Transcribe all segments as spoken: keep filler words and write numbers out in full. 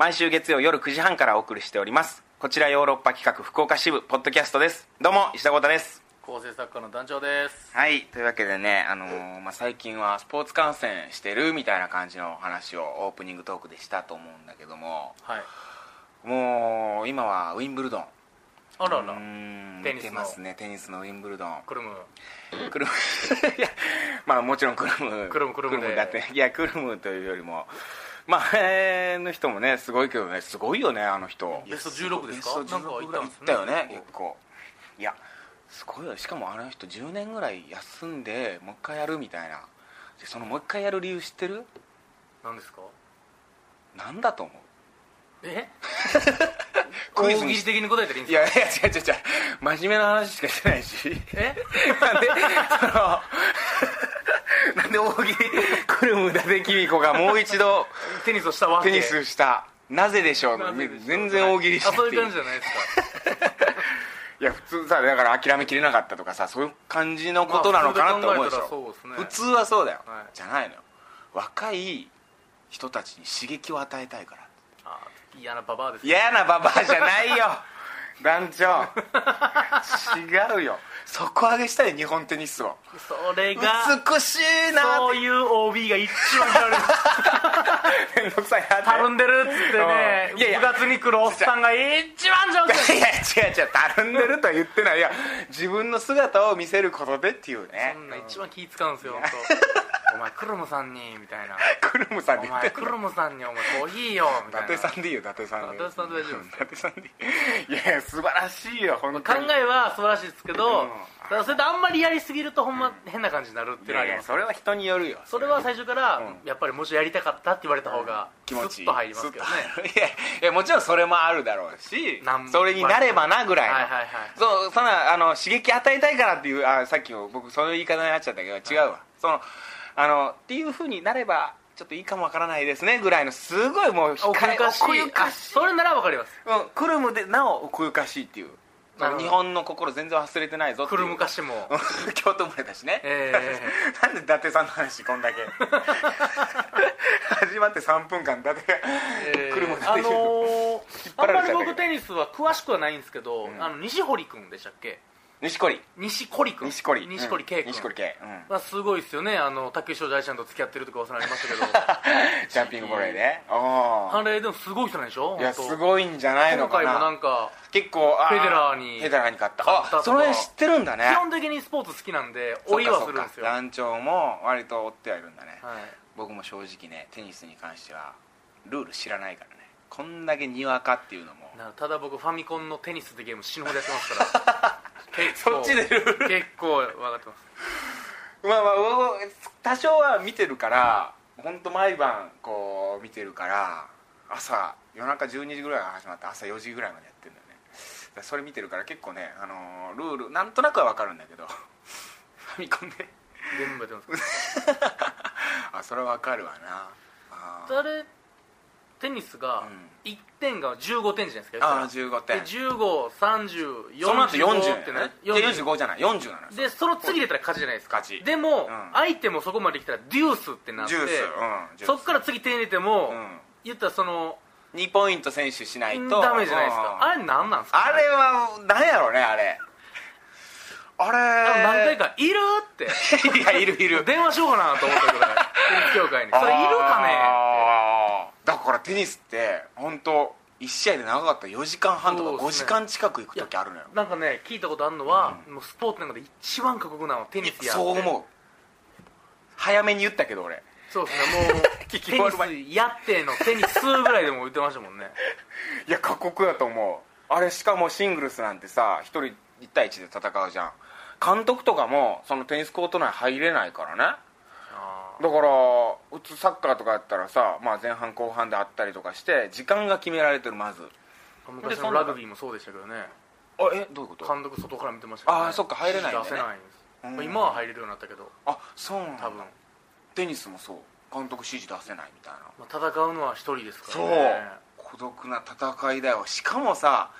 毎週月曜夜くじはんからお送りしております。こちらヨーロッパ企画福岡支部ポッドキャストです。どうも石田豪太です。 構成作家の団長です。 はい、というわけでね、あのーまあ、最近はスポーツ観戦してるみたいな感じの話をオープニングトークでしたと思うんだけども、 はい、 もう今はウィンブルドン、 あらら、 テニスの見てますね。テニスのウィンブルドン、 クルムクルムいや、まあもちろんクルムクルムクルムでだって、いやクルムというよりもまあ前の人もねすごいけどね、すごいよねあの人。 ベストじゅうろくですか？ ベストじゅうろくぐらいいったよね、結構。いやすごいよ。しかもあの人じゅうねんぐらい休んでもう一回やるみたいな。でそのもう一回やる理由知ってる？ 何ですか？ なんだと思う？ えクイズに大喜利的に答えたらいいんですか？ いやいや違う違う違う、真面目な話しかしてないし。 えなんでそのなんで大喜利クルム伊達公子がもう一度テニスをしたわけ？ テニスした、なぜでしょう。 なぜでしょう。 全然大喜利したっていう。 あ、そういう感じじゃないですか。 いや普通さ、だから諦めきれなかったとかさ、そういう感じのことなのかなって思うでしょ、 まあ、そうですね、 普通はそうだよ、 はい、 じゃないのよ。若い人たちに刺激を与えたいから。 あ、嫌なババアですね。 嫌なババアじゃないよ団長違うよ、底上げしたい日本テニスを。 それが美しいな。 そういう オービー が一番嫌われるめんどくさいなってたるんでるっつってね、 いやいや部活に来るおっさんが一番上手。 いや違う違う、たるんでるとは言ってない。いや自分の姿を見せることでっていうね。 そんな一番気使うんですよ、本当。お前クルムさんにみたいな。 クルムさんでお言って前クルムさんにお前コーヒーよみたいな。 伊達さんでいいよ、伊達さんで。 伊達さんで大丈夫です。 伊達さんでいい。いやいや素晴らしいよ本当に。 考えは素晴らしいですけど、 うん、 ただそれであんまりやりすぎるとほんま変な感じになるっていうのはあります。 それは人によるよ。 それは最初から、 うん、 やっぱりもしやりたかったって言われた方が、 気持ちいい、 スッと入りますけどね。 いやいやもちろんそれもあるだろうし、 なんそれになればなぐらいの、 はいはいはい、 そうそんなあの刺激与えたいからっていう、あさっき僕そういう言い方になっちゃったけど違うわ、はい、そのあのっていう風になればちょっといいかもわからないですねぐらいの、すごいもう奥ゆかしい、 奥ゆかしい、 それならわかります。 うん、クルムでなお奥ゆかしいっていう、日本の心全然忘れてないぞっていう。 クルムかしも京都生まれだしね、 えー、なんで伊達さんの話こんだけ始まってさんぷんかん伊達が、えー、クルムであのー、あんまり僕テニスは詳しくはないんですけど、うん、あの西堀君でしたっけ？ 西堀西堀君西堀西堀圭君、 西堀圭、 うん、すごいですよね。あの竹内大ちゃんと付き合ってるとか噂になりましたけどジャンピングボレーで、あれでもすごい人なんでしょ。 いやすごいんじゃないのかな。 今回もなんか結構フェデラーにフェデラーに勝った。あ、その辺知ってるんだね。 基本的にスポーツ好きなんで追いはするんですよ。 団長も割と追ってはいるんだね、 はい、 僕も正直ねテニスに関してはルール知らないからね。こんだけにわかっていうのも。 ただ僕ファミコンのテニスってゲーム死ぬほどやってますからそっちでルール結構分かってます。 まあまあ多少は見てるから本当毎晩こう見てるから、朝夜中じゅうにじぐらいから始まって朝よじぐらいまでやってるんだよね。それ見てるから結構ね、あのー、ルールなんとなくは分かるんだけどファミコンで全部やってますあ、それは分かるわな。 あれテニスがいってんがじゅうごてんじゃないですか。 ああじゅうごてんでじゅうご、さんじゅう、よんじゅうその後よんじゅうってね、 よんじゅうごじゃないよんじゅうなのでその次出たら勝ちじゃないですか。 勝ちでも、 うん、 相手もそこまで来たらデュースってなって、 ジュース、 うん、そっから次点入れても、うん、言ったらそのにポイント先取しないとダメじゃないですか、うん、あれ何なんですか、ね、 あれは何やろうね。あれあれ何回かいるっていやいるいる電話しようかなと思ったぐらいテニス協会にそれいるかねって。だからテニスって本当いち試合で長かったらよじかんはんとかごじかん近く行く時あるのよ。 なんかね聞いたことあるのは、うん、もうスポーツの中で一番過酷なのテニスやって。 そう思う。早めに言ったけど俺そうですね、もうテニスやってのテニスぐらいでも言ってましたもんねいや過酷だと思う。あれしかもシングルスなんてさひとりいちたいいちで戦うじゃん。監督とかもそのテニスコート内入れないからね。だからうつサッカーとかやったらさ、まあ、前半後半であったりとかして時間が決められてる。まず昔のラグビーもそうでしたけどね。 あえどういうこと？ 監督外から見てましたけど、ね、 ああそっか入れないんだね。 出せないんです、うん、今は入れるようになったけど。 あそうなんだ。 多分テニスもそう監督指示出せないみたいな、 まあ、戦うのは一人ですからね。 そう孤独な戦いだよ。しかもさ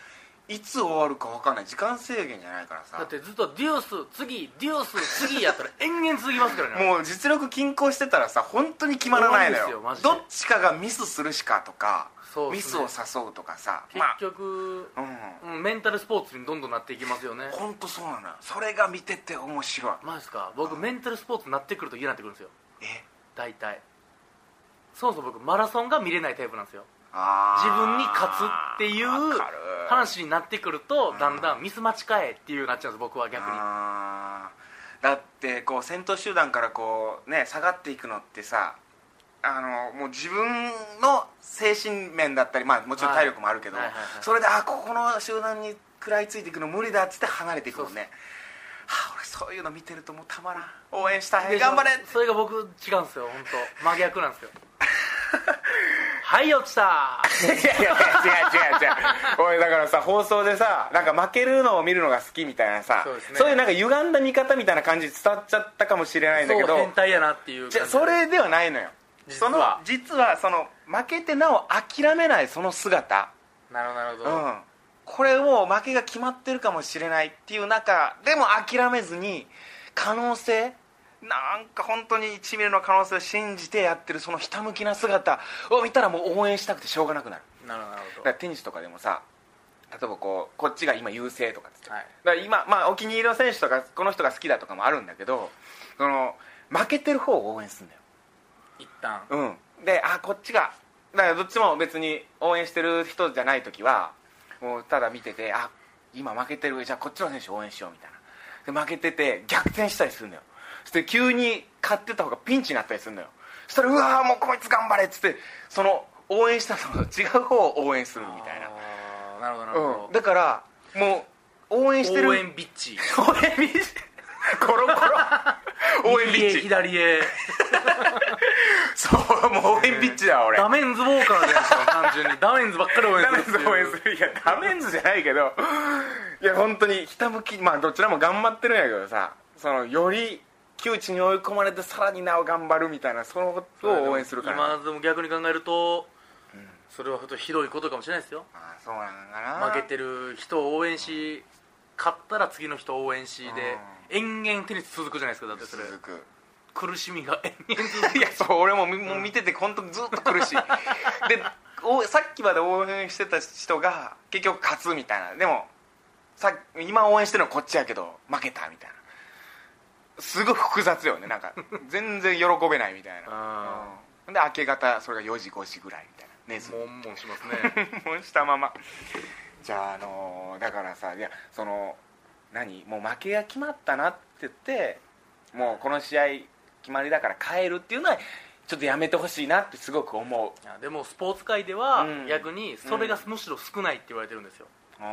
いつ終わるか分かんない、時間制限じゃないからさ。 だってずっとデュース次デュース次やったら延々続きますからねもう実力均衡してたらさ本当に決まらないのよ。 終わりですよマジでどっちかがミスするしかとか、 そうミスをですね誘うとかさ、 結局、 まあ、 うん、メンタルスポーツにどんどんなっていきますよね。 うん、本当そうなのよ。それが見てて面白い。 マジですか。僕メンタルスポーツになってくると嫌になってくるんですよ。 え大体そもそも僕マラソンが見れないタイプなんですよ。 あ自分に勝つっていうわかる話になってくるとだんだんミス待ちかえっていうなっちゃうんです僕は逆に。 あだってこう先頭集団からこうね下がっていくのってさ、あのもう自分の精神面だったり、まあもちろん体力もあるけど、 はいはいはいはい、 それであここの集団に食らいついていくの無理だっつって離れていくもんね。はあ、俺そういうの見てるともうたまらん、応援したい、頑張れ。 それが僕違うんですよ本当真逆なんですよはい落ちたいやいやいや違う違う違う俺だからさ放送でさなんか負けるのを見るのが好きみたいなさ、 そうですね、そういうなんか歪んだ見方みたいな感じで伝わっちゃったかもしれないんだけど、 そう変態やなっていう感じ。 じゃそれではないのよ。 実はその実はその負けてなお諦めないその姿、 なるほどなるほど、 うん、これを負けが決まってるかもしれないっていう中でも諦めずに可能性なんか本当にいちミリの可能性を信じてやってるそのひたむきな姿を見たらもう応援したくてしょうがなくなる。 なるほどなるほど。 だからテニスとかでもさ例えばこうこっちが今優勢とかっつって、 はい、 だから今、まあ、お気に入りの選手とかこの人が好きだとかもあるんだけどその負けてる方を応援するんだよ一旦。 うんであこっちがだからどっちも別に応援してる人じゃない時はもうただ見ててあ今負けてるじゃあこっちの選手応援しようみたいなで負けてて逆転したりするんだよ。そして急に勝ってた方がピンチになったりするのよ。そしたらうわーもうこいつ頑張れっつってその応援したのと違う方を応援するみたいな。 あなるほどなるほど、 うん、だからもう応援してる応援ビッチ応援ビッチコロコロ応援ビッチ右へ左へそうもう応援ビッチだわ俺。 ダメンズウォーカーじゃないですか単純にダメンズばっかり応援するっていう。 ダメンズ応援するいやダメンズじゃないけどいや本当にひたむきまあどちらも頑張ってるんやけどさそのより窮地に追い込まれてさらになお頑張るみたいなそのことを応援するから、 今でも逆に考えると、うん、それはひどいことかもしれないですよ。 ああそうなんかな。 負けてる人を応援し、うん、勝ったら次の人を応援しで、うん、延々テニス続くじゃないですか。だってそれ続く苦しみが延々続くいやそう俺も、もう見てて本当ずっと苦しいでおさっきまで応援してた人が結局勝つみたいな。でもさ今応援してるのはこっちやけど負けたみたいなすごい複雑よね。なんか全然喜べないみたいな、うん、で明け方それがよじごじぐらいみたいな寝ずもんもんしますねもんしたままじゃあ、あのー、だからさいやその何もう負けが決まったなって言ってもうこの試合決まりだから変えるっていうのはちょっとやめてほしいなってすごく思う。 いやでもスポーツ界では逆にそれがむしろ少ないって言われてるんですよ、うん、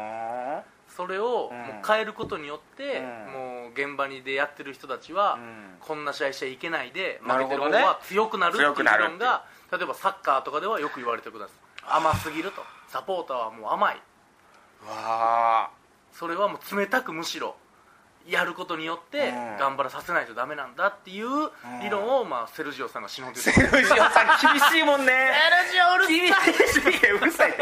それをもう変えることによって、うん、もう現場にでやってる人たちは、うん、こんな試合しちゃいけないで負けてる方は強くなるっていう理論が、例えばサッカーとかではよく言われてください。甘すぎるとサポーターはもう甘い。 わそれはもう冷たくむしろやることによって頑張らさせないとダメなんだっていう理論を、まあ、セルジオさんが忍んでる。 セルジオさん厳しいもんねセルジオうる厳しい。うるさいって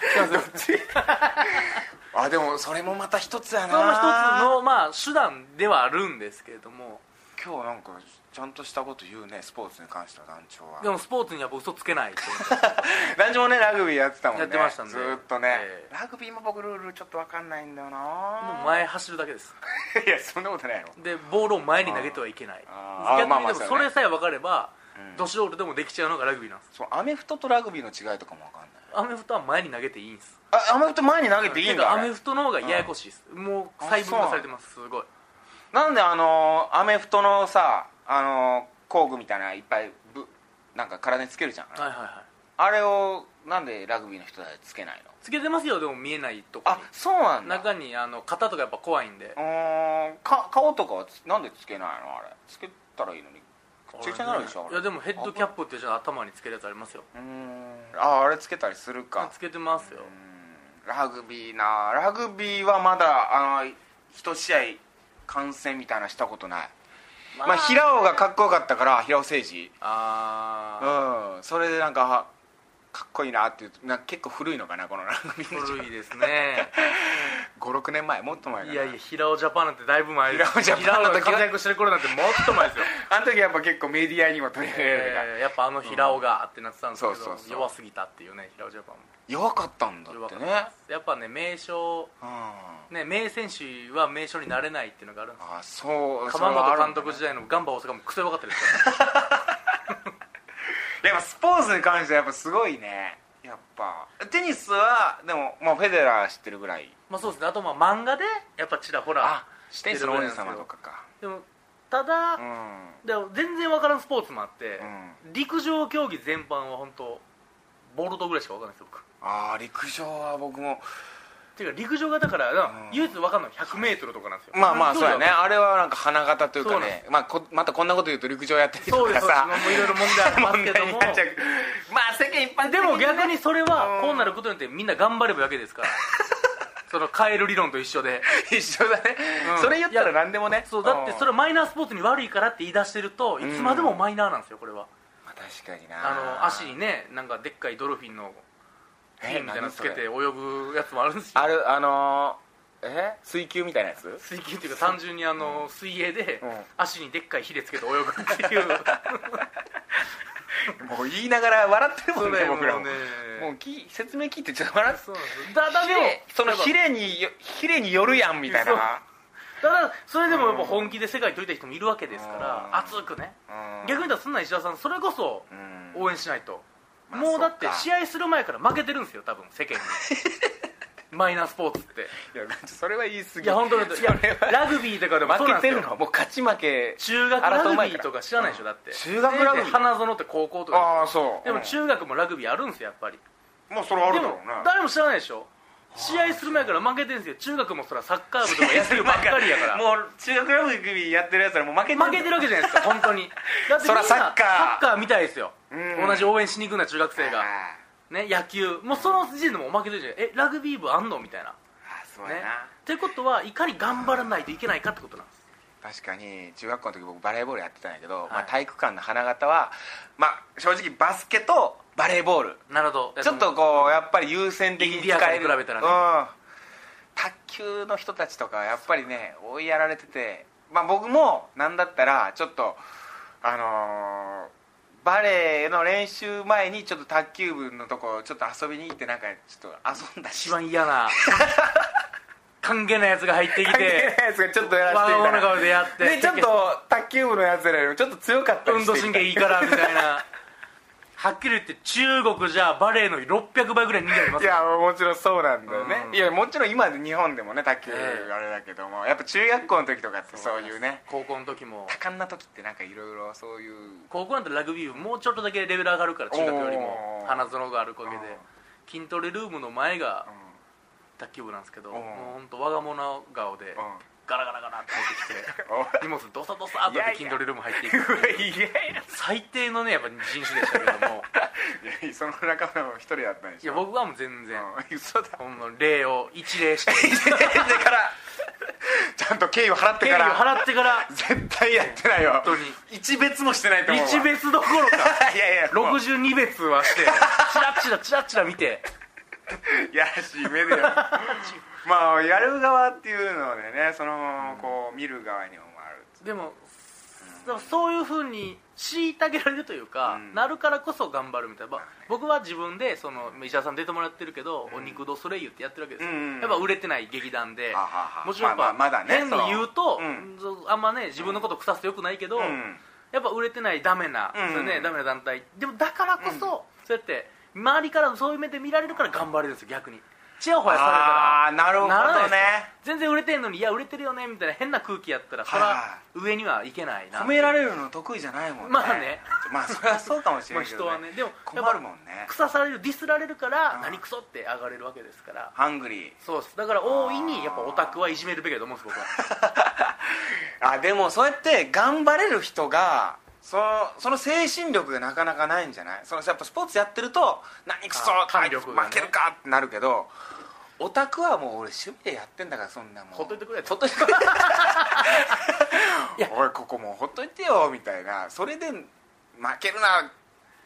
あでもそれもまた一つやな。 その一つの、まあ、手段ではあるんですけれども、 今日なんかちゃんとしたこと言うねスポーツに関しては団長は。 でもスポーツには僕嘘つけないと団長もねラグビーやってたもんね。 やってましたんでずーっとね、 えー、 ラグビーも僕ルールちょっと分かんないんだよな。 もう前走るだけですいやそんなことないのでボールを前に投げてはいけない。逆にでもそれさえ分かれば、うん、ド素人でもできちゃうのがラグビーなんです。 そうアメフトとラグビーの違いとかも分かんない。 アメフトは前に投げていいんです。 あアメフト前に投げていいんだ。 アメフトの方がややこしいです、うん、もう細分化されてます。すごい。 なんであのアメフトのさあの工具みたいなのいっぱいぶなんか体につけるじゃん、 はいはいはい、 あれをなんでラグビーの人たちつけないの。 つけてますよ。でも見えないとこに。 あそうなんだ。 中にあの肩とかやっぱ怖いんで。 うんか顔とかはなんでつけないの。あれつけたらいいのにくっちゃくちゃになるでしょ。 いやでもヘッドキャップっていう頭につけるやつありますよ。 うーんああれつけたりするか。 つけてますよ。 ラグビーなラグビーはまだあの一試合観戦みたいなしたことない。まあ、まあ、平尾がかっこよかったから平尾誠二。 ああうんそれでなんかかっこいいなっていうなんか結構古いのかなこのラグビーの古いですねごろくねんまえもっと前かないやいや平尾ジャパンなんてだいぶ前です。 平尾ジャパンの時は平尾が活躍してる頃なんてもっと前ですよあの時やっぱ結構メディアにも取り上げられてた、 えーやっぱあの平尾がってなってたんですけど、 うんそうそうそう弱すぎたっていうね平尾ジャパンも弱かったんだってねやっぱね名将、 うんね、名選手は名将になれないっていうのがあるんですよ。 あそう鎌本監督時代のガンバ大阪もクソ弱かったですからやっぱスポーツに関してはやっぱすごいねやっぱテニスはでも、まあ、フェデラー知ってるぐらいまあそうですねあとまあ漫画でやっぱちらほらあテニスの王子様とかかでもただ、 うんでも全然わからんスポーツもあって、 うん、 陸上競技全般は本当ボルトぐらいしかわかんないですよ僕ああ陸上は僕もていうか陸上がだから、うん、唯一わかんないのはひゃくメートルとかなんですよ。 まあまあそうやねあれはなんか花形というかそうなんねまあこまたこんなこと言うと陸上やってる人そうですがさもういろいろ問題ありますけども問題になっちゃうまあ世間一般的に、ね、 でも逆にそれはこうなることによってみんな頑張ればいいわけですからそのカエル理論と一緒で一緒だね、うん、それ言ったら何でもねそうだってそれはマイナースポーツに悪いからって言い出してるといつまでもマイナーなんですよこれは、 まあ、確かになあの足にねなんかでっかいドルフィンのフィンみたいなのつけて泳ぐやつもあるんですよあるあのー、え水球みたいなやつ水球っていうか単純にあの、うん、水泳で、 うん、 足にでっかいヒレつけて泳ぐっていうもう言いながら笑ってるもんね僕らももうねもうき説明聞いてちょっと笑ってそうなんですだだでもそのヒレにヒレによるやんみたいなただそれでもやっぱ本気で世界取りたい人もいるわけですから熱くね逆に言ったらそんな石田さんそれこそ応援しないともうだって試合する前から負けてるんですよ多分世間にマイナースポーツっていやそれは言い過ぎいや本当にいやラグビーとかでもそうなんですよ負けてるのもう勝ち負け中学ラグビーとか知らないでしょだって中学ラグビー花園って高校とかああそう、 でも中学もラグビーあるんですよやっぱりまあそれはあるだろうでなも誰も知らないでしょ試合する前から負けてるんですよ中学もそらサッカー部とかやってるばっかりやからもう中学ラグビーやってるやつらもう負けてる負けてるわけじゃないですか本当にだってみんなそらサッカーサッカーみたいですよ、 うん、 同じ応援しに行くな中学生がね野球もうその時点でもう負けてるじゃんえラグビー部あんのみたいなそうやな、 ね、ってことはいかに頑張らないといけないかってことなんです確かに中学校の時僕バレーボールやってたんやけど、はいまあ、体育館の花形は、まあ、正直バスケとバレーボールなるほどちょっとこうやっぱり優先的に使えるインディアンに比べたらね、 うん、卓球の人たちとかやっぱりね追いやられてて、まあ、僕もなんだったらちょっとあのー、バレーの練習前にちょっと卓球部のとこちょっと遊びに行ってなんかちょっと遊んだし一番嫌な関係ないやつが入ってきて関係ないやつがちょっとやらせてみたいな顔でやってでちょっと卓球部のやつらよりもちょっと強かったりして運動神経いいからみたいなはっきり言って中国じゃバレーのろっぴゃくばいぐらい人気ありますいやもちろんそうなんだよね、 うん、 いやもちろん今日本でもね卓球あれだけども、えー、やっぱ中学校の時とかってそういうね高校の時も多感な時ってなんかいろいろそういう高校なんてラグビー部もうちょっとだけレベル上がるから中学よりも花園があるおかげで筋トレルームの前が卓球部なんですけどもう本当我が物顔でガラガラガラって入ってきて荷物ドサドサって筋トレルーム入っていく最低のねやっぱ人種でしたけどもいやその仲間も一人だったんでしょ。 いや僕はもう全然、 うん、嘘だほんの礼を一礼してからちゃんと敬意を払ってから敬意を払ってから絶対やってないよ本当に一別もしてないと思うわ一別どころかいやいやろくじゅうに別はしてチラッチラチラッチラ見てやらしい目でまあやる側っていうのでねそのこう見る側にもあるでも、うん、でもそういうふうに虐げられるというか、うん、なるからこそ頑張るみたいな、まあ、僕は自分でその石田さん出てもらってるけど、うん、お肉ドソレイユってやってるわけですよ、うん、やっぱ売れてない劇団で、うん、もちろんやっぱ、まあまあまだね、変に言うと、うん、あんまね自分のこと腐すとよくないけど、うん、やっぱ売れてないダメな、うん、それね、ダメな団体でもだからこそ、うん、そうやって周りからそういう目で見られるから頑張れるんですよ逆にチヤホヤされたらああなるほどね全然売れてんのにいや売れてるよねみたいな変な空気やったらそら上にはいけないな褒められるの得意じゃないもんねまあねまあそれはそうかもしれないけど、ね、 まあ人はねでも困るもんね腐されるディスられるから何クソって上がれるわけですからハングリーそうですだから大いにやっぱオタクはいじめるべきだと思うんです僕はあでもそうやって頑張れる人がその, その精神力がなかなかないんじゃないそのやっぱスポーツやってると何クソ体力が、ね、 負けるかってなるけどオタクはもう俺趣味でやってんだからそんなもんほっといてくれほっといてくれおいここもうほっといてよみたいなそれで負けるな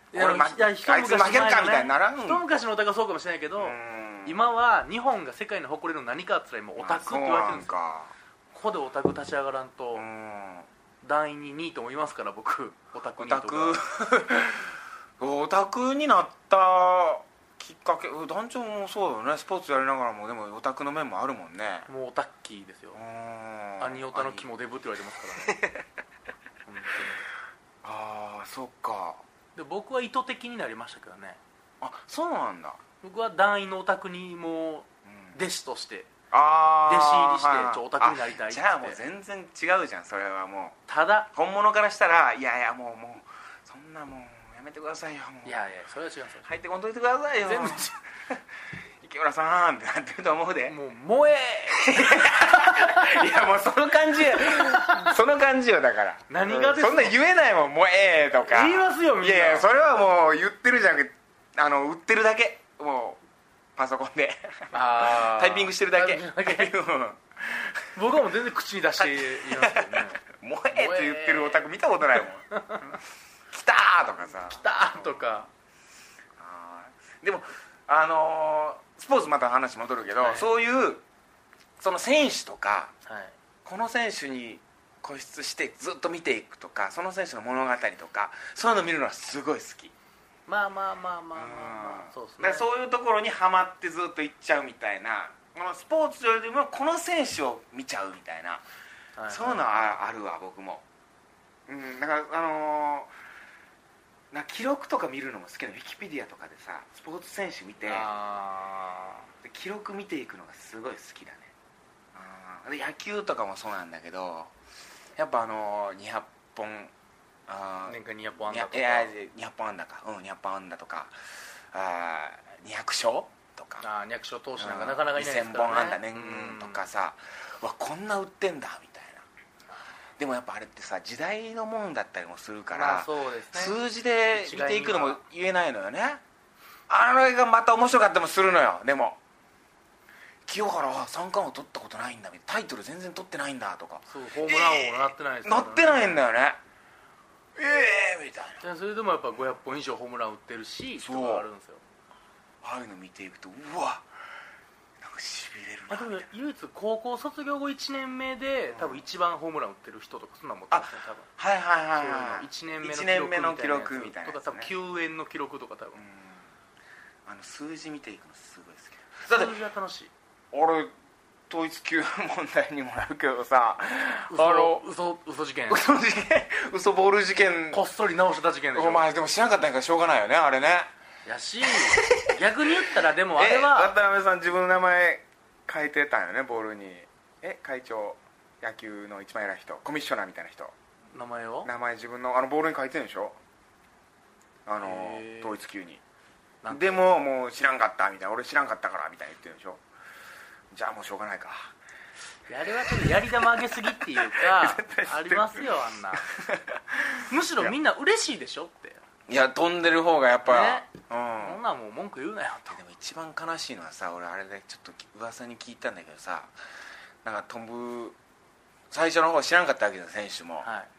いや俺、ま、 いやあいつ負けるかみたいにならん。 一昔のオタクはそうかもしれないけど、今は日本が世界に誇れるの何かって言ったら今オタクって言われてるんですよ。ここでオタク立ち上がらんと団員ににいとも言いますから、僕オタクにいとかオタクになったきっかけ、団長もそうだよね。スポーツやりながらもでもオタクの面もあるもんね。 もうオタッキーですよ。アニオタの肝デブって言われてますからね本当に。 ああ、そっか。 で僕は意図的になりましたけどね。 あ、そうなんだ。 僕は団員のオタクにもう弟子として、 あ弟子入りして、 はいはい、 ちょオタクになりたいって。 じゃあもう全然違うじゃん。それはもうただ本物からしたら、いやいやもうもうそんなもうやめてくださいよ、もういやいやそれは違うんですよ。 入ってこんといてくださいよ、 全部池村さんってなってると思うで。 もう萌えいやもうその感じその感じよ。だから何がですか。 そんな言えないもん、もうええとか言いますよみんな。 いやいやそれはもう言ってるじゃん。あの売ってるだけ、もうパソコンであタイピングしてるだけ僕はもう全然口に出して言いますけどねもえって言ってるオタク見たことないもん来たーとかさ、 来たーとか。 あでもあのー、スポーツまた話戻るけど、はい、そういうその選手とか、はい、この選手に固執してずっと見ていくとか、その選手の物語とかそういうの見るのはすごい好き。 まあまあまあまあまあまあ、そうですね。 だからそういうところにハマってずっと行っちゃうみたいな、このスポーツよりもこの選手を見ちゃうみたいな、はいはい、そういうのはあるわ僕も。うん、だからあのー、な記録とか見るのも好きなの。ウィキペディアとかでさスポーツ選手見てあで記録見ていくのがすごい好きだね。あで野球とかもそうなんだけど、やっぱあのー、にひゃっぽんあ年間にひゃっぽん安打とか、 いやにひゃっぽん安打か、うんにひゃっぽん安打とか、あにひゃく勝とか、 あにひゃく勝投手なんかなかなかいないですからね。 にせんぼん安打年とかさ、わこんな打ってんだみたいな。でもやっぱあれってさ時代のもんだったりもするから、 まあそうですね、 数字で見ていくのも言えないのよね。あれがまた面白かったりもするのよ。でも清原は三冠王取ったことないんだ、タイトル全然取ってないんだとか、 そうホームラン王なってないですから、ね、なってないんだよね。ええー、みたいな。 それでもやっぱごひゃっぽん以上ホームラン打ってるし、そうあるんですよ。 ああいうの見ていくとうわなんかしびれるな。 あでも唯一高校卒業後いちねんめで多分一番ホームラン打ってる人とかそんなん持ってますね多分。 はいはいはいはい。 いちねんめの記録みたいなやつとか多分ききゅうえんの記録とか多分、 あの数字見ていくのすごい好き。 数字は楽しい。 俺統一級問題にもなるけどさ、 あの嘘嘘事件嘘事件嘘ボール事件こっそり直した事件でしょ。 お前でも知らなかったんやからしょうがないよねあれね。 やし逆に言ったらでもあれは渡辺さん自分の名前書いてたんよねボールに。え会長野球の一番偉い人コミッショナーみたいな人名前を名前自分のあのボールに書いてるんでしょ、あの統一級に。でももう知らんかったみたいな、俺知らんかったからみたいな言ってるんでしょ。じゃあもうしょうがないか。 あれはちょっとやり玉上げすぎっていうかありますよあんなむしろみんな嬉しいでしょって。 いや飛んでる方がやっぱ、 ね、 うん、 そんなんもう文句言うなよと。 でも一番悲しいのはさ、俺あれでちょっと噂に聞いたんだけどさ、なんか飛ぶ最初の方知らんかったわけだ選手も、 はい、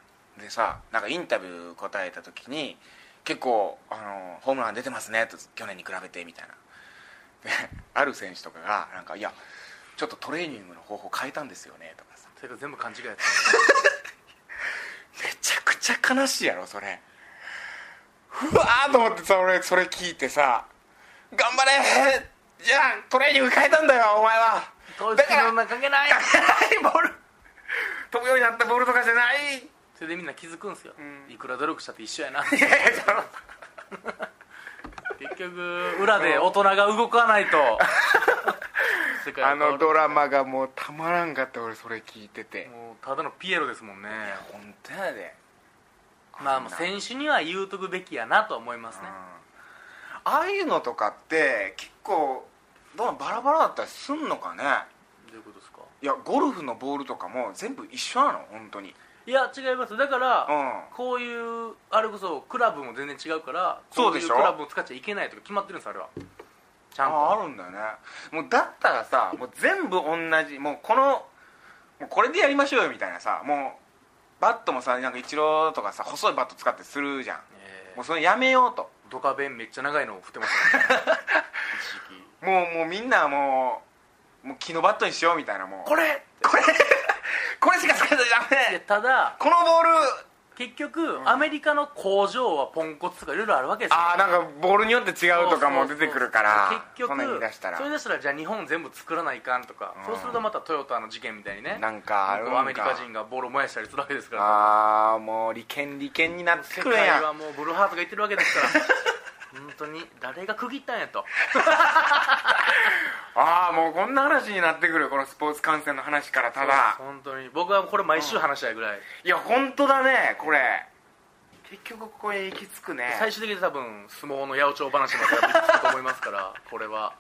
でさなんかインタビュー答えた時に結構あのホームラン出てますねと去年に比べてみたいなである選手とかがなんかいやちょっとトレーニングの方法変えたんですよねとかさ、 それが全部勘違いやっためちゃくちゃ悲しいやろそれ。うわーと思ってさ俺それ聞いてさ頑張れじゃあトレーニング変えたんだよお前は統一の中関係ないボール飛ぶようになったボールとかじゃない。 それでみんな気づくんすよ、うん、いくら努力したって一緒やないやいや結局裏で大人が動かないと世界あのドラマがもうたまらんかった。俺それ聞いててもうただのピエロですもんね。いや本当やで。 まあもう選手には言うとくべきやなと思いますね、 うん、ああいうのとかって結構どうなんバラバラだったりすんのかね。 どういうことですか。 いやゴルフのボールとかも全部一緒なの本当に。 いや違います。だから、うん、こういうあれこそクラブも全然違うからそうでしょ、 こういうクラブを使っちゃいけないとか決まってるんですあれはちゃんと。 あ, あるんだよね。もうだったらさもう全部同じもうこのもうこれでやりましょうよみたいなさ、もうバットもさなんかイチローとかさ細いバット使ってするじゃん、えー、もうそれやめようと。 ドカベンめっちゃ長いのを振ってましたね一時期。 もうもうみんなもうもう木のバットにしようみたいな、もうこれこれこれしか使えたらダメ。 いやただこのボール結局、うん、アメリカの工場はポンコツとかいろいろあるわけですよ。 ああ、なんかボールによって違うとかも出てくるから、 結局そんな言い出したらそれでしたらじゃあ日本全部作らないかんとか、うん、そうするとまたトヨタの事件みたいにね、 なんかあるんかアメリカ人がボールを燃やしたりするわけですから。 ああ、もう利権利権になってくるやん。 世界はもうブルーハートが言ってるわけですから本当に誰が区切ったんやとああ、もうこんな話になってくる、このスポーツ観戦の話から。ただ本当に僕はこれ毎週話したいぐらい、うん、 いや本当だね、これ結局ここへ行き着くね。 最終的に多分相撲の八百長話まで行き着くと思いますからこれは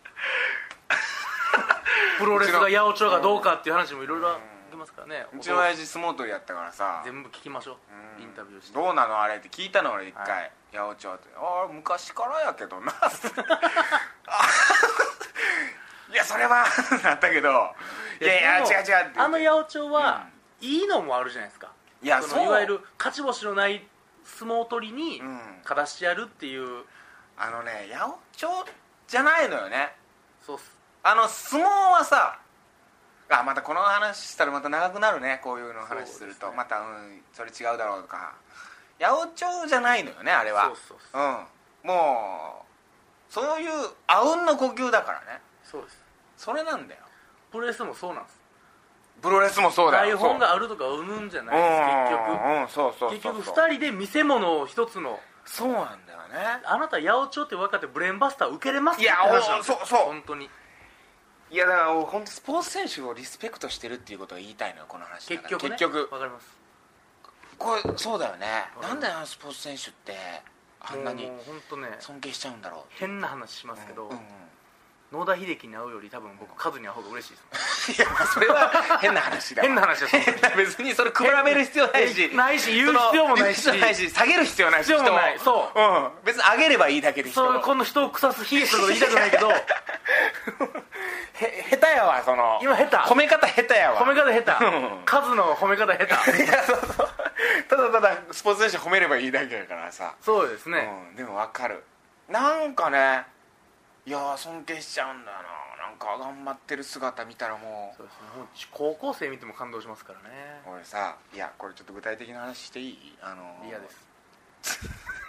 プロレスが八百長がどうかっていう話もいろいろ出ますからね。 うちの親父相撲取りやったからさ、 全部聞きましょう、うん、インタビューしてどうなのあれって聞いたの俺一回、はい、八百長って、ああ昔からやけどないやそれはなったけど、いやいや違う違うって、 あの八百長は、うん、いいのもあるじゃないですか。 いやそのいわゆる勝ち星のない相撲取りに勝たしてやるっていう、うん、 あのね八百長じゃないのよね。 そうっす。 あの相撲はさあ、またこの話したらまた長くなるね、こういうの話すると、ね、また、うん、それ違うだろうとか。八百長じゃないのよねあれは。 そうそうそう、 うん、もうそういうあうんの呼吸だからね。 そうです。 それなんだよ。 プロレスもそうなんです。 プロレスもそうだよ。 台本があるとか生むんじゃないです結局。 うん、そうそうそうそう。 結局ふたりで見せ物を一つの。 そうなんだよね。 あなた八百長って分かってブレーンバスター受けれますっていや話なんですよ。 そうそう本当に。 いやだから本当スポーツ選手をリスペクトしてるっていうことを言いたいのよこの話。 結局ね。 結局わかります。 これそうだよね。なんであのスポーツ選手ってあんなに本当ね尊敬しちゃうんだろう。 変な話しますけど、 うんうんうん、 野田秀樹に会うより多分僕カズに会う方が嬉しいです。いやそれは変な話だわ。 変な話です別にそれ比べる必要ないしないし言う必要もないしないし下げる必要ないし必要もない。そう、 うん、別に上げればいいだけで人を。 そうこの人を腐す卑下すること言いたくないけどへ下手やわその今下手褒め方下手やわ。 褒め方下手カズの褒め方下手。 いやそうそうただただスポーツ選手褒めればいいだけだからさ。 そうですね、 うん、でも分かる。なんかねいや尊敬しちゃうんだよな。なんか頑張ってる姿見たらもうそうですね。もう高校生見ても感動しますからね。 俺さいやこれちょっと具体的な話していい？あの嫌です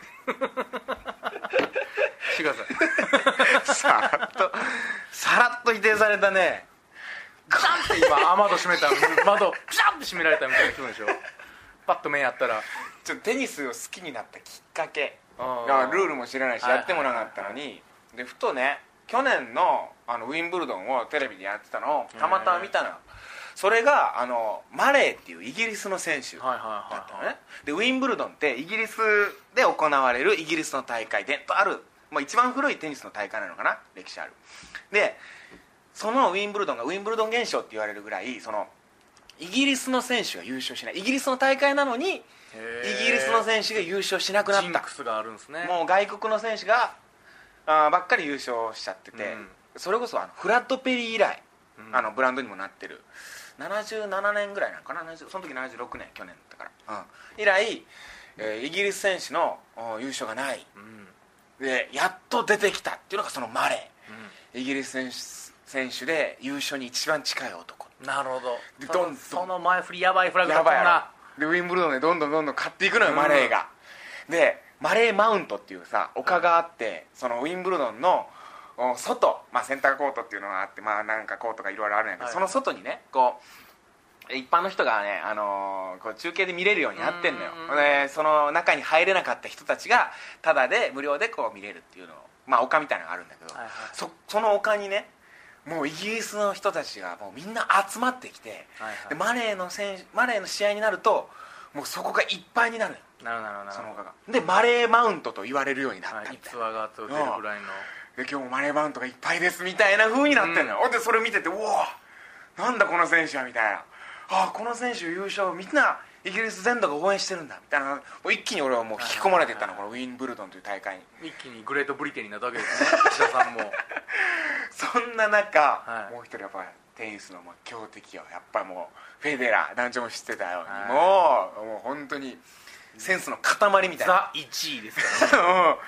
してください。 さらっとさらっと否定されたね。 ガシャンって今雨戸閉めた窓ピシャンって閉められたみたいな気分でしょ。パッと目やったらちょっとテニスを好きになったきっかけあだからルールも知らないしやってもなかったのに、はいはいはい、でふとね去年 の, あのウィンブルドンをテレビでやってたのをたまたま見たのよ。それがあのマレーっていうイギリスの選手だったのね、はいはいはいはい、でウィンブルドンってイギリスで行われるイギリスの大会である、まあ、一番古いテニスの大会なのかな、歴史ある。でそのウィンブルドンがウィンブルドン現象って言われるぐらいそのイギリスの選手が優勝しない、イギリスの大会なのにイギリスの選手が優勝しなくなった。 ジンクスがあるんですね。 もう外国の選手があばっかり優勝しちゃってて、うん、それこそあのフラッドペリー以来、うん、あのブランドにもなってるななじゅうななねんぐらいなのかな、その時ななじゅうろくねん去年だったから、うん、以来、えー、イギリス選手の優勝がない、うん、でやっと出てきたっていうのがそのマレー、うん、イギリス選手選手で優勝に一番近い男。 なるほど。 でどんどんその前振りやばいフラグだったな。 でウィンブルドンでどんどんどんどん勝っていくのよ、うん、マレーが。でマレーマウントっていうさ丘があって、うん、そのウィンブルドンの外、まあ、センターコートっていうのがあって、まあ、なんかコートがいろいろあるんやけど、はい、その外にねこう一般の人がね、あのー、こう中継で見れるようになってんのよ。でその中に入れなかった人たちがタダで無料でこう見れるっていうのを、まあ、丘みたいなのがあるんだけど、はいはい、そ, その丘にねもうイギリスの人たちがもうみんな集まってきて、はいはい、でマレーの選手マレーの試合になるともうそこがいっぱいになるのよ。 なるほどなるほど。 その丘がでマレーマウントと言われるようになったみたいな、 逸話が出るぐらいの、 で今日もマレーマウントがいっぱいですみたいな風になってんのよ、うん、でそれ見ててうわなんだこの選手はみたいな、あこの選手優勝みんなイギリス全土が応援してるんだみたいな、もう一気に俺はもう引き込まれていったの、このウィンブルドンという大会に。 一気にグレートブリテンになったわけですね石田さんもそんな中、 はい、 もう一人やっぱテニスの強敵よ、やっぱもうフェデラー団長も知ってたように、はい、もうもう本当にセンスの塊みたいなザいちいですからね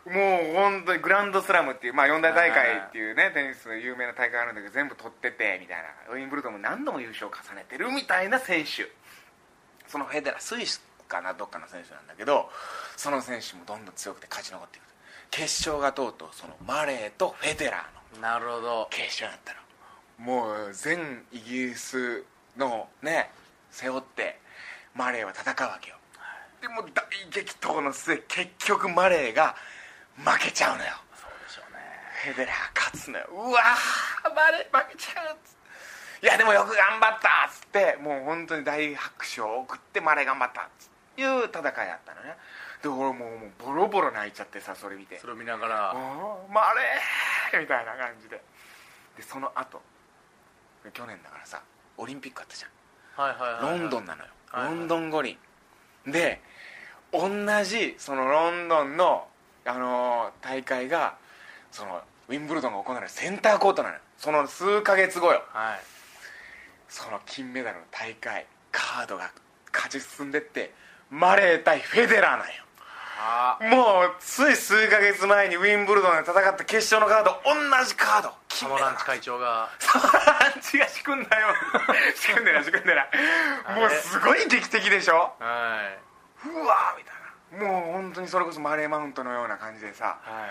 もう本当にグランドスラムっていう、まあ、四大大会っていうねテニスの有名な大会あるんだけど全部取っててみたいな、ウィンブルドンも何度も優勝を重ねてるみたいな選手、そのフェデラースイスかなどっかの選手なんだけど、その選手もどんどん強くて勝ち残っていく。決勝がとうとうそのマレーとフェデラーのなるほど決勝だったの。もう全イギリスのね背負ってマレーは戦うわけよ。でも大激闘の末結局マレーが負けちゃうのよ。 そうでしょうね。 フェデラー勝つのよ。うわーマレー負けちゃうっつって、いやでもよく頑張ったっつってもう本当に大拍手を送ってマレー頑張ったっつっていう戦いだったのね。で俺もうもうボロボロ泣いちゃってさ、それ見て、 それを見ながらマレーみたいな感じで、でその後去年だからさオリンピックあったじゃん、 はいはいはいはい、 ロンドンなのよ、 はいはい、 ロンドン五輪で同じそのロンドンの、あのー、大会がそのウィンブルドンが行われるセンターコートなのよ。その数ヶ月後よ、 はい、 その金メダルの大会カードが勝ち進んでってマレー対フェデラーなんよ。 あもうつい数ヶ月前にウィンブルドンで戦った決勝のカード同じカード、 サモランチ会長がサモランチが仕組んだよ仕組んでない仕組んでないもうすごい劇的でしょ。 はい、 うわーみたいな、もう本当にそれこそマレーマウントのような感じでさ、 はい、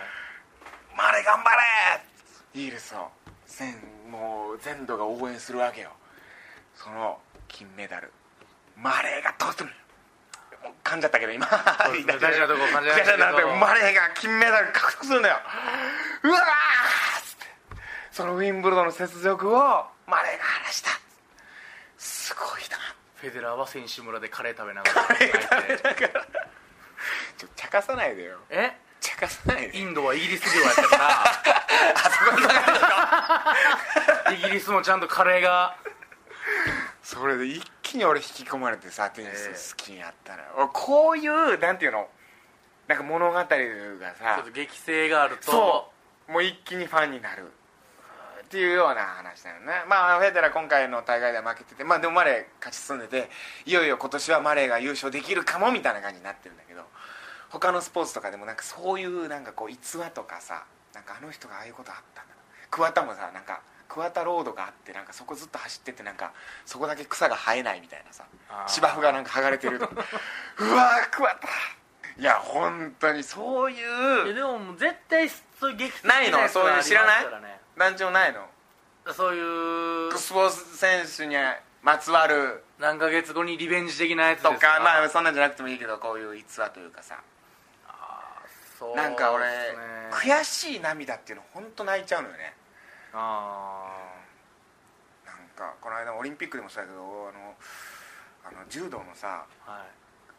マレー頑張れイギリスを全もう全土が応援するわけよ。その金メダルマレーが取ってるのよ。もう噛んじゃったけど今そうですね、大事なとこ噛んじゃいましたけどマレーが金メダル獲得するんだよ。うわーっつってそのウィンブルドンの雪辱をマレーが晴らした。すごいな。 フェデラーは選手村でカレー食べながらカレー食べながらちょっと茶化さないでよ。 え茶化さないで。 インドはイギリス領やったからあそこにかかるイギリスもちゃんとカレーがそれで一気に俺引き込まれてさテニス好きになったら、えー、こういうなんていうのなんか物語がさちょっと激性があるとそうもう一気にファンになるっていうような話だよね。まあフェデラー今回の大会では負けてて、まあでもマレー勝ち進んでていよいよ今年はマレーが優勝できるかもみたいな感じになってるんだけど、他のスポーツとかでもなんかそういうなんかこう逸話とかさ、なんかあの人がああいうことあったんだ、桑田もさなんか桑田ロードがあってなんかそこずっと走っててなんかそこだけ草が生えないみたいなさ、芝生がなんか剥がれてるとうわー桑田いや本当にそういういやでももう絶対そういう劇的ないのそういう知らない、 ね、 団長ないのそういうスポーツ選手にまつわる何ヶ月後にリベンジ的なやつですかとか、まあそんなんじゃなくてもいいけどこういう逸話というかさ、 あそうなんか俺、 ね、 悔しい涙っていうの本当泣いちゃうのよね。 あなんかこの間オリンピックでもそうだけどあのあの柔道のさ、 はい、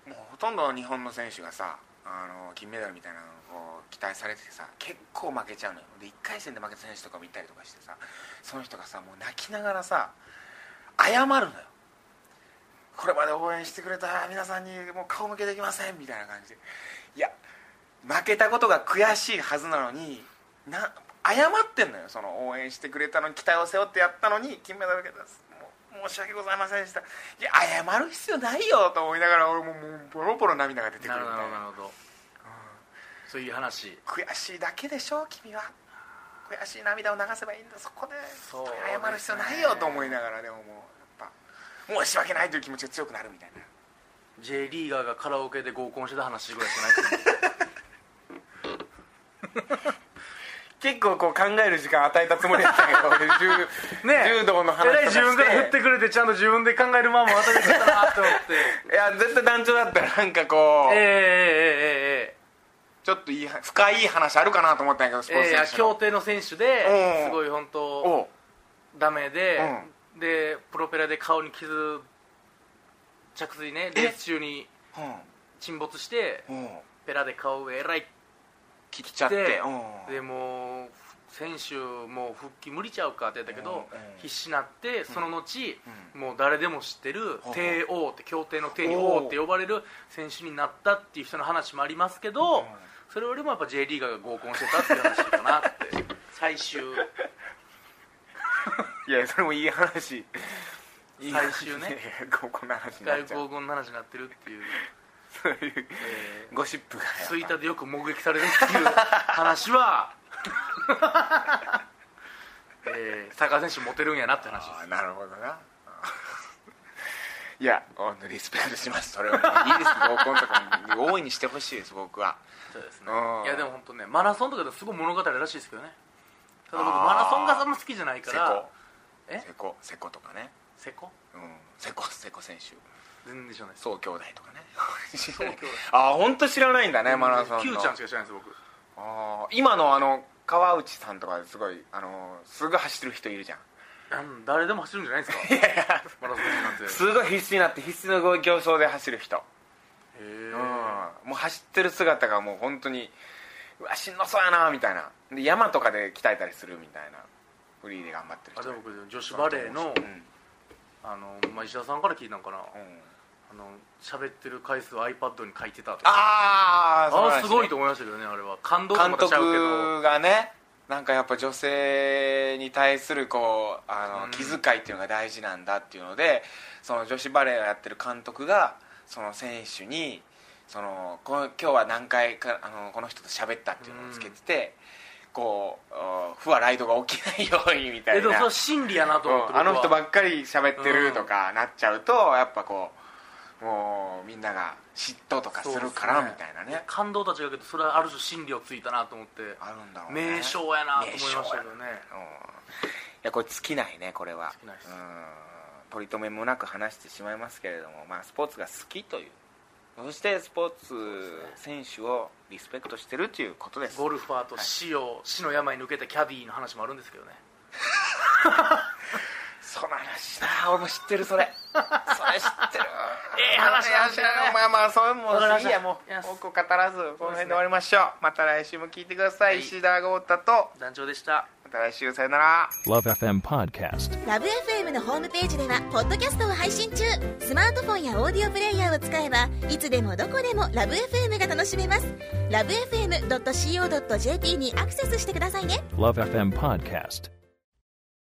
もうほとんど日本の選手がさあの金メダルみたいなのを期待されててさ結構負けちゃうのよ。でいっかい戦で負けた選手とかもいたりとかしてさ、その人がさもう泣きながらさ謝るのよ。これまで応援してくれた皆さんにもう顔向けできませんみたいな感じで、いや負けたことが悔しいはずなのにな謝ってんのよ。その応援してくれたのに期待を背負ってやったのに金メダル受けたもう申し訳ございませんでした。いや謝る必要ないよと思いながら俺ももうボロボロ涙が出てくるみたいな。 なるほどなるほど、うん、そういう話。 悔しいだけでしょ君は、悔しい涙を流せばいいんだ、そこで謝る必要ないよと思いながら、でももうやっぱ申し訳ないという気持ちが強くなるみたいな。 J リーガーがカラオケで合コンしてた話ぐらいしかないですね結構こう考える時間与えたつもりだったけど俺柔、ね、柔道の話とかして自分から振ってくれてちゃんと自分で考える間も与えてたなって思っていや絶対団長だったらなんかこうえー、えー、えー、えー、ちょっといい深い話あるかなと思ったんやけどスポーツ選手の、 えー、競艇の選手ですごい本当ダメで、うん、でプロペラで顔に傷着水ねレース中に沈没して、うん、ペラで顔上えらい切っちゃって、 うん、でもう選手もう復帰無理ちゃうかって言ったけど、うんうん、必死になってその後、うん、もう誰でも知ってる帝王って競艇の帝に王って呼ばれる選手になったっていう人の話もありますけど、うん、それよりもやっぱ J リーガーが合コンしてたっていう話かなって最終いやそれもいい話最終ね合コンの話になっちゃう合コンの話になってるっていうそういうゴシップがツイッターでよく目撃されるっていう話はえー、サッカー選手モテるんやなって話です。 あ、なるほどな。いや、リスペクトします。それは、ね、いいです。合コンとかも大いにしてほしいです。僕は。 そうですね。いやでも本当ね、マラソンとかですごい物語らしいですけどね。ただ僕マラソンがあんま好きじゃないから。 えセコセコとかね。 セコ、 うん、セコセコ選手全然知らないです。 そう兄弟とかね。 そう兄弟。 ああ、本当知らないんだね、マラソンの。 Q ちゃんしか知らないです僕。 ああ、今のあの川内さんとかすごいあのすぐ走ってる人いるじゃん。 誰でも走るんじゃないですか。 いやいや、 マラソンなんてすごい必死になって必死の形相で走る人。へえ、 うん、もう走ってる姿がもう本当にうわしんどそうやなみたいな。で山とかで鍛えたりするみたいなフリーで頑張ってる人。 あ、でも僕女子バレーの、うん、あの、まあ、石田さんから聞いたのかな、うん、あの喋ってる回数を iPad に書いてたとか。 あー、 あー、すごいと思いましたけどね。あれは感動とまたちゃうけど、 監督がね、なんかやっぱ女性に対するこうあの、うん、気遣いっていうのが大事なんだっていうので、その女子バレーをやってる監督がその選手にそのこの今日は何回かあのこの人と喋ったっていうのをつけてて、うん、こう不和ライドが起きないようにみたいな。 えでもそれは真理やなと思って、 うん、あの人ばっかり喋ってるとかなっちゃうと、やっぱこうもうみんなが嫉妬とかするからみたいな ね, ね感動たちがけど、それはある種真理をついたなと思って、 あるんだろうね、 名称やなと思いましたけどね、うん、いやこれ尽きないね、これは尽きないです、うん、 取り留めもなく話してしまいますけれども、まあ、スポーツが好きという、そしてスポーツ選手をリスペクトしてるということです。 ゴルファーと死を、はい、死の病抜けたキャディーの話もあるんですけどねその話な、俺も知ってる、それそれ知ってるええ話やんじゃない。 まあまあそれもいいや、もう多く語らずこの辺で終わりましょう。また来週も聞いてください、はい、石田豪太と団長でした。 また来週、さよなら。 ラブエフエム Podcast。 ラブ エフエム のホームページではポッドキャストを配信中。スマートフォンやオーディオプレイヤーを使えばいつでもどこでもラブ エフエム が楽しめます。ラブ エフエムドットシーオードットジェーピー にアクセスしてくださいね。 ラブエフエム Podcast。